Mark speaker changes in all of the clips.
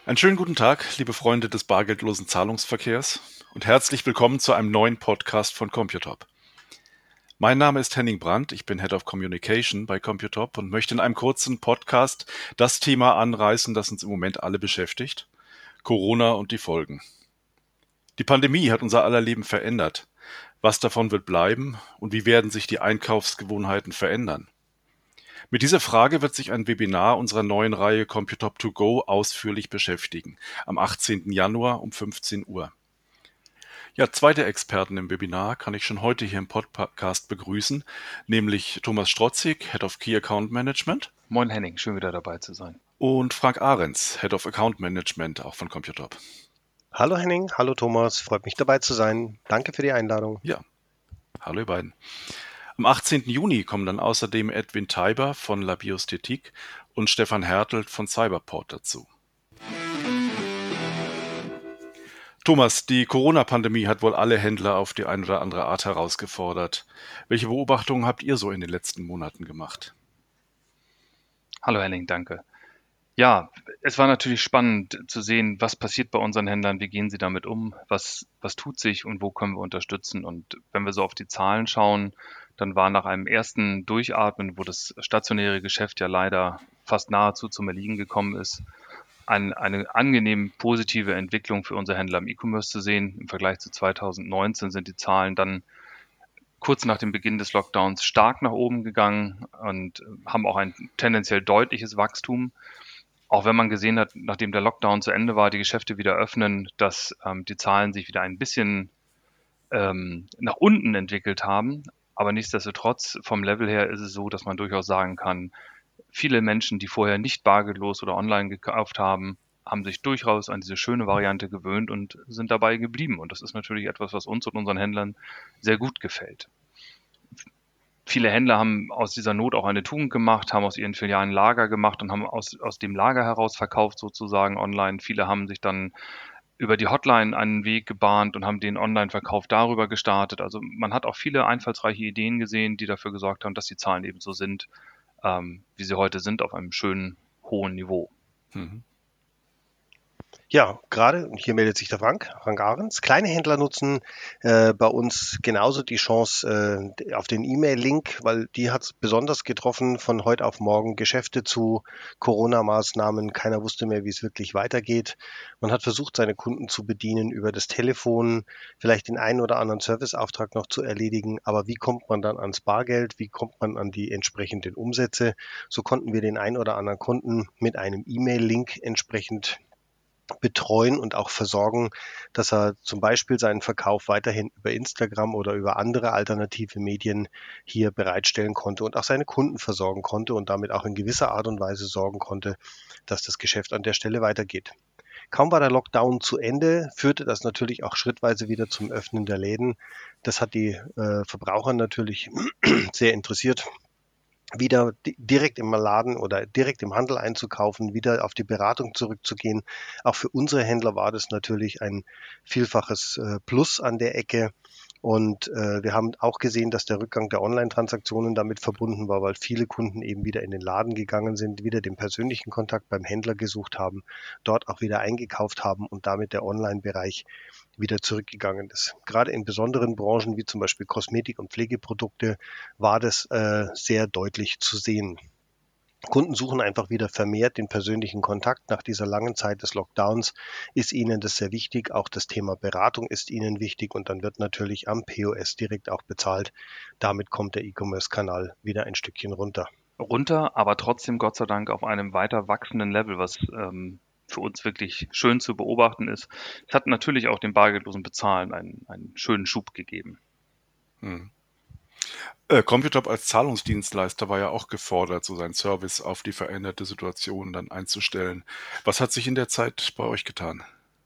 Speaker 1: Einen schönen guten Tag, liebe Freunde des bargeldlosen Zahlungsverkehrs und herzlich willkommen zu einem neuen Podcast von Computop. Mein Name ist Henning Brandt, ich bin Head of Communication bei Computop und möchte in einem kurzen Podcast das Thema anreißen, das uns im Moment alle beschäftigt: Corona und die Folgen. Die Pandemie hat unser aller Leben verändert. Was davon wird bleiben und wie werden sich die Einkaufsgewohnheiten verändern? Mit dieser Frage wird sich ein Webinar unserer neuen Reihe Computop to go ausführlich beschäftigen, am 18. Januar um 15 Uhr. Ja, zwei der Experten im Webinar kann ich schon heute hier im Podcast begrüßen, nämlich Thomas Strotzig, Head of Key Account Management,
Speaker 2: Moin Henning, schön wieder dabei zu sein.
Speaker 1: und Frank Ahrens, Head of Account Management, auch von Computop.
Speaker 3: Hallo Henning, hallo Thomas, freut mich dabei zu sein. Danke für die Einladung.
Speaker 1: Ja, hallo ihr beiden. Am 18. Juni kommen dann außerdem Edwin Teiber von La Biosthetik und Stefan Hertelt von Cyberport dazu. Thomas, die Corona-Pandemie hat wohl alle Händler auf die eine oder andere Art herausgefordert. Welche Beobachtungen habt ihr so in den letzten Monaten gemacht?
Speaker 2: Hallo Henning, danke. Ja, es war natürlich spannend zu sehen, was passiert bei unseren Händlern, wie gehen sie damit um, was tut sich und wo können wir unterstützen. Und wenn wir so auf die Zahlen schauen, dann war nach einem ersten Durchatmen, wo das stationäre Geschäft ja leider fast nahezu zum Erliegen gekommen ist, eine angenehm positive Entwicklung für unsere Händler im E-Commerce zu sehen. Im Vergleich zu 2019 sind die Zahlen dann kurz nach dem Beginn des Lockdowns stark nach oben gegangen und haben auch ein tendenziell deutliches Wachstum. Auch wenn man gesehen hat, nachdem der Lockdown zu Ende war, die Geschäfte wieder öffnen, dass die Zahlen sich wieder ein bisschen nach unten entwickelt haben. Aber nichtsdestotrotz, vom Level her ist es so, dass man durchaus sagen kann, viele Menschen, die vorher nicht bargeldlos oder online gekauft haben, haben sich durchaus an diese schöne Variante gewöhnt und sind dabei geblieben. Und das ist natürlich etwas, was uns und unseren Händlern sehr gut gefällt. Viele Händler haben aus dieser Not auch eine Tugend gemacht, haben aus ihren Filialen Lager gemacht und haben aus dem Lager heraus verkauft sozusagen online. Viele haben sich dann über die Hotline einen Weg gebahnt und haben den Online-Verkauf darüber gestartet. Also man hat auch viele einfallsreiche Ideen gesehen, die dafür gesorgt haben, dass die Zahlen eben so sind, wie sie heute sind, auf einem schönen hohen Niveau.
Speaker 1: Mhm.
Speaker 3: Ja, gerade, und hier meldet sich der Frank Ahrens. Kleine Händler nutzen bei uns genauso die Chance auf den E-Mail-Link, weil die hat es besonders getroffen von heute auf morgen. Geschäfte zu Corona-Maßnahmen, keiner wusste mehr, wie es wirklich weitergeht. Man hat versucht, seine Kunden zu bedienen über das Telefon, vielleicht den einen oder anderen Serviceauftrag noch zu erledigen, aber wie kommt man dann ans Bargeld, wie kommt man an die entsprechenden Umsätze? So konnten wir den einen oder anderen Kunden mit einem E-Mail-Link entsprechend betreuen und auch versorgen, dass er zum Beispiel seinen Verkauf weiterhin über Instagram oder über andere alternative Medien hier bereitstellen konnte und auch seine Kunden versorgen konnte und damit auch in gewisser Art und Weise sorgen konnte, dass das Geschäft an der Stelle weitergeht. Kaum war der Lockdown zu Ende, führte das natürlich auch schrittweise wieder zum Öffnen der Läden. Das hat die Verbraucher natürlich sehr interessiert, wieder direkt im Laden oder direkt im Handel einzukaufen, wieder auf die Beratung zurückzugehen. Auch für unsere Händler war das natürlich ein vielfaches Plus an der Ecke. Und wir haben auch gesehen, dass der Rückgang der Online-Transaktionen damit verbunden war, weil viele Kunden eben wieder in den Laden gegangen sind, wieder den persönlichen Kontakt beim Händler gesucht haben, dort auch wieder eingekauft haben und damit der Online-Bereich wieder zurückgegangen ist. Gerade in besonderen Branchen wie zum Beispiel Kosmetik und Pflegeprodukte war das sehr deutlich zu sehen. Kunden suchen einfach wieder vermehrt den persönlichen Kontakt. Nach dieser langen Zeit des Lockdowns ist ihnen das sehr wichtig. Auch das Thema Beratung ist ihnen wichtig und dann wird natürlich am POS direkt auch bezahlt. Damit kommt der E-Commerce-Kanal wieder ein Stückchen runter.
Speaker 2: Runter, aber trotzdem Gott sei Dank auf einem weiter wachsenden Level, was für uns wirklich schön zu beobachten ist. Es hat natürlich auch dem bargeldlosen Bezahlen einen schönen Schub gegeben.
Speaker 1: Mhm. Computop als Zahlungsdienstleister war ja auch gefordert, so seinen Service auf die veränderte Situation dann einzustellen. Was hat sich in der Zeit bei euch getan?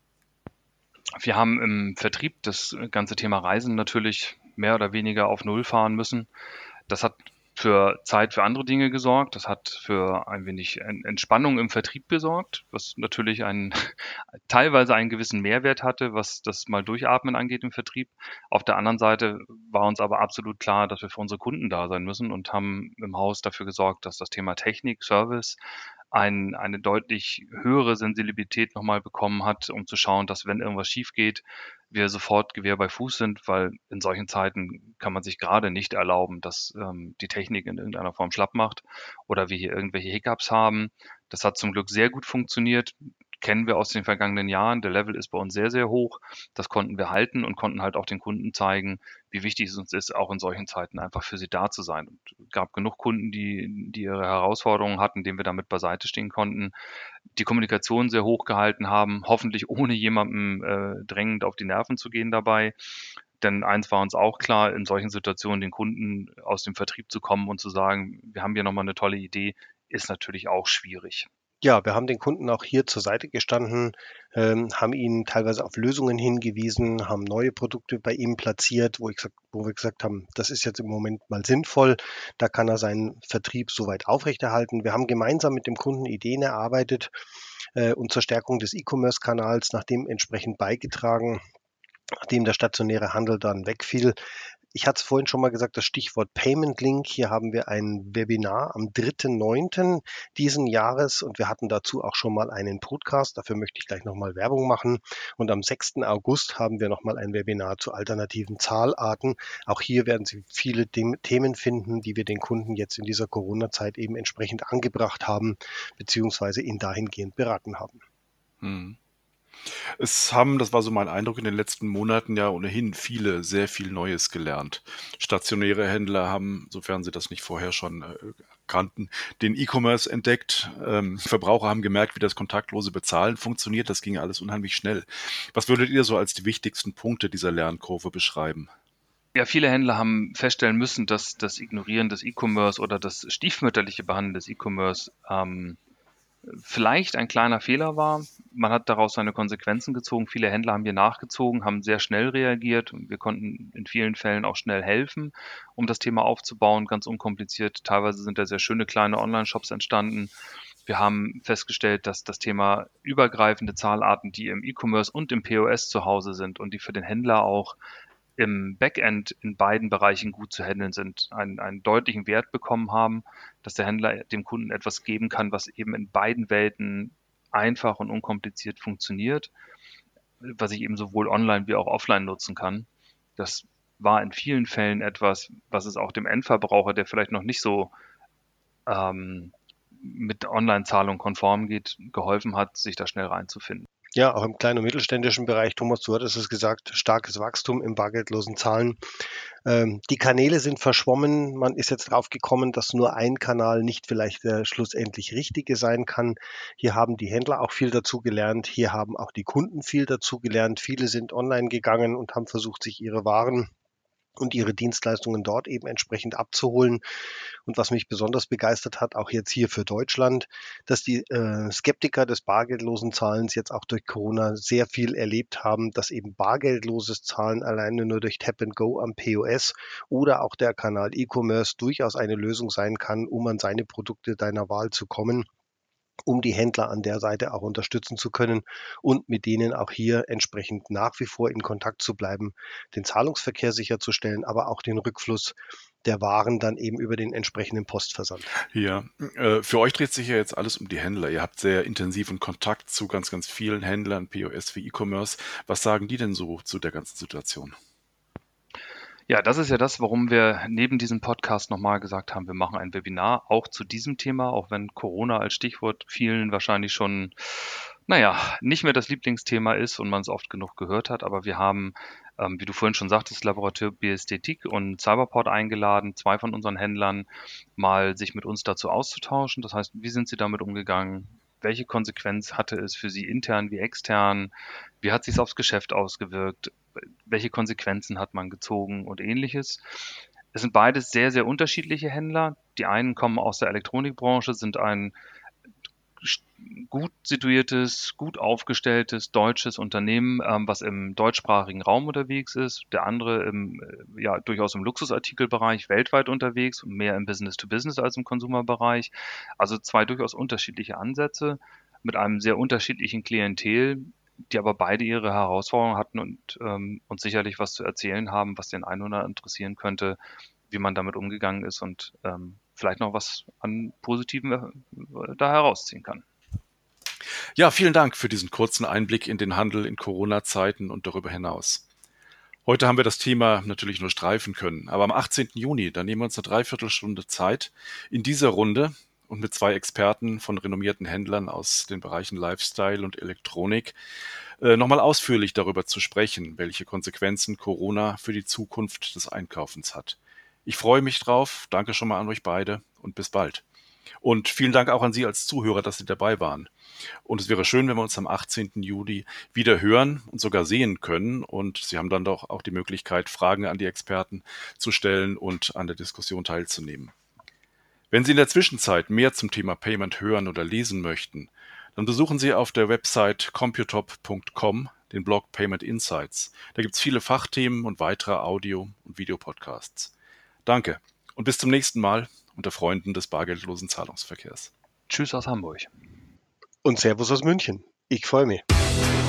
Speaker 2: Wir haben im Vertrieb das ganze Thema Reisen natürlich mehr oder weniger auf Null fahren müssen. Das hat für Zeit für andere Dinge gesorgt. Das hat für ein wenig Entspannung im Vertrieb gesorgt, was natürlich teilweise einen gewissen Mehrwert hatte, was das mal Durchatmen angeht im Vertrieb. Auf der anderen Seite war uns aber absolut klar, dass wir für unsere Kunden da sein müssen und haben im Haus dafür gesorgt, dass das Thema Technik, Service eine deutlich höhere Sensibilität nochmal bekommen hat, um zu schauen, dass wenn irgendwas schief geht, wir sofort Gewehr bei Fuß sind, weil in solchen Zeiten kann man sich gerade nicht erlauben, dass die Technik in irgendeiner Form schlapp macht oder wir hier irgendwelche Hiccups haben. Das hat zum Glück sehr gut funktioniert. Kennen wir aus den vergangenen Jahren. Der Level ist bei uns sehr, sehr hoch. Das konnten wir halten und konnten halt auch den Kunden zeigen, wie wichtig es uns ist, auch in solchen Zeiten einfach für sie da zu sein. Und es gab genug Kunden, die ihre Herausforderungen hatten, denen wir damit beiseite stehen konnten, die Kommunikation sehr hoch gehalten haben, hoffentlich ohne jemandem drängend auf die Nerven zu gehen dabei. Denn eins war uns auch klar, in solchen Situationen den Kunden aus dem Vertrieb zu kommen und zu sagen, wir haben hier nochmal eine tolle Idee, ist natürlich auch schwierig.
Speaker 3: Ja, wir haben den Kunden auch hier zur Seite gestanden, haben ihn teilweise auf Lösungen hingewiesen, haben neue Produkte bei ihm platziert, wo wir gesagt haben, das ist jetzt im Moment mal sinnvoll, da kann er seinen Vertrieb soweit aufrechterhalten. Wir haben gemeinsam mit dem Kunden Ideen erarbeitet und zur Stärkung des E-Commerce-Kanals nach dem entsprechend beigetragen, nachdem der stationäre Handel dann wegfiel. Ich hatte es vorhin schon mal gesagt, das Stichwort Payment Link. Hier haben wir ein Webinar am 3.9. diesen Jahres und wir hatten dazu auch schon mal einen Podcast. Dafür möchte ich gleich nochmal Werbung machen. Und am 6. August haben wir nochmal ein Webinar zu alternativen Zahlarten. Auch hier werden Sie viele Themen finden, die wir den Kunden jetzt in dieser Corona-Zeit eben entsprechend angebracht haben, beziehungsweise ihn dahingehend beraten haben.
Speaker 1: Hm. Es haben, das war so mein Eindruck, in den letzten Monaten ja ohnehin viele sehr viel Neues gelernt. Stationäre Händler haben, sofern sie das nicht vorher schon kannten, den E-Commerce entdeckt. Verbraucher haben gemerkt, wie das kontaktlose Bezahlen funktioniert. Das ging alles unheimlich schnell. Was würdet ihr so als die wichtigsten Punkte dieser Lernkurve beschreiben?
Speaker 2: Ja, viele Händler haben feststellen müssen, dass das Ignorieren des E-Commerce oder das stiefmütterliche Behandeln des E-Commerce vielleicht ein kleiner Fehler war. Man hat daraus seine Konsequenzen gezogen. Viele Händler haben hier nachgezogen, haben sehr schnell reagiert. Wir konnten in vielen Fällen auch schnell helfen, um das Thema aufzubauen, ganz unkompliziert. Teilweise sind da sehr schöne kleine Online-Shops entstanden. Wir haben festgestellt, dass das Thema übergreifende Zahlarten, die im E-Commerce und im POS zu Hause sind und die für den Händler auch im Backend in beiden Bereichen gut zu handeln sind, einen deutlichen Wert bekommen haben, dass der Händler dem Kunden etwas geben kann, was eben in beiden Welten einfach und unkompliziert funktioniert, was ich eben sowohl online wie auch offline nutzen kann. Das war in vielen Fällen etwas, was es auch dem Endverbraucher, der vielleicht noch nicht so mit Online-Zahlung konform geht, geholfen hat, sich da schnell reinzufinden.
Speaker 3: Ja, auch im kleinen und mittelständischen Bereich, Thomas, du hattest es gesagt, starkes Wachstum im bargeldlosen Zahlen. Die Kanäle sind verschwommen. Man ist jetzt drauf gekommen, dass nur ein Kanal nicht vielleicht der schlussendlich richtige sein kann. Hier haben die Händler auch viel dazu gelernt. Hier haben auch die Kunden viel dazu gelernt. Viele sind online gegangen und haben versucht, sich ihre Waren und ihre Dienstleistungen dort eben entsprechend abzuholen. Und was mich besonders begeistert hat, auch jetzt hier für Deutschland, dass die Skeptiker des bargeldlosen Zahlens jetzt auch durch Corona sehr viel erlebt haben, dass eben bargeldloses Zahlen alleine nur durch Tap and Go am POS oder auch der Kanal E-Commerce durchaus eine Lösung sein kann, um an seine Produkte deiner Wahl zu kommen, um die Händler an der Seite auch unterstützen zu können und mit denen auch hier entsprechend nach wie vor in Kontakt zu bleiben, den Zahlungsverkehr sicherzustellen, aber auch den Rückfluss der Waren dann eben über den entsprechenden Postversand.
Speaker 1: Ja, für euch dreht sich ja jetzt alles um die Händler. Ihr habt sehr intensiven Kontakt zu ganz, ganz vielen Händlern, POS wie E-Commerce. Was sagen die denn so zu der ganzen Situation?
Speaker 2: Ja, das ist ja das, warum wir neben diesem Podcast nochmal gesagt haben, wir machen ein Webinar auch zu diesem Thema, auch wenn Corona als Stichwort vielen wahrscheinlich schon, naja, nicht mehr das Lieblingsthema ist und man es oft genug gehört hat. Aber wir haben, wie du vorhin schon sagtest, Laboratoire Biästhetik und Cyberport eingeladen, zwei von unseren Händlern, mal sich mit uns dazu auszutauschen. Das heißt, wie sind sie damit umgegangen? Welche Konsequenz hatte es für sie intern wie extern? Wie hat sich es aufs Geschäft ausgewirkt? Welche Konsequenzen hat man gezogen und ähnliches. Es sind beides sehr, sehr unterschiedliche Händler. Die einen kommen aus der Elektronikbranche, sind ein gut situiertes, gut aufgestelltes deutsches Unternehmen, was im deutschsprachigen Raum unterwegs ist. Der andere ja, durchaus im Luxusartikelbereich weltweit unterwegs und mehr im Business-to-Business als im Konsumerbereich. Also zwei durchaus unterschiedliche Ansätze mit einem sehr unterschiedlichen Klientel, die aber beide ihre Herausforderungen hatten und uns sicherlich was zu erzählen haben, was den einen oder anderen interessieren könnte, wie man damit umgegangen ist und vielleicht noch was an Positiven da herausziehen kann.
Speaker 1: Ja, vielen Dank für diesen kurzen Einblick in den Handel in Corona-Zeiten und darüber hinaus. Heute haben wir das Thema natürlich nur streifen können, aber am 18. Juni, da nehmen wir uns eine Dreiviertelstunde Zeit in dieser Runde und mit 2 Experten von renommierten Händlern aus den Bereichen Lifestyle und Elektronik nochmal ausführlich darüber zu sprechen, welche Konsequenzen Corona für die Zukunft des Einkaufens hat. Ich freue mich drauf, danke schon mal an euch beide und bis bald. Und vielen Dank auch an Sie als Zuhörer, dass Sie dabei waren. Und es wäre schön, wenn wir uns am 18. Juli wieder hören und sogar sehen können. Und Sie haben dann doch auch die Möglichkeit, Fragen an die Experten zu stellen und an der Diskussion teilzunehmen. Wenn Sie in der Zwischenzeit mehr zum Thema Payment hören oder lesen möchten, dann besuchen Sie auf der Website computop.com den Blog Payment Insights. Da gibt es viele Fachthemen und weitere Audio- und Videopodcasts. Danke und bis zum nächsten Mal unter Freunden des bargeldlosen Zahlungsverkehrs.
Speaker 2: Tschüss aus Hamburg.
Speaker 3: Und Servus aus München. Ich freue mich.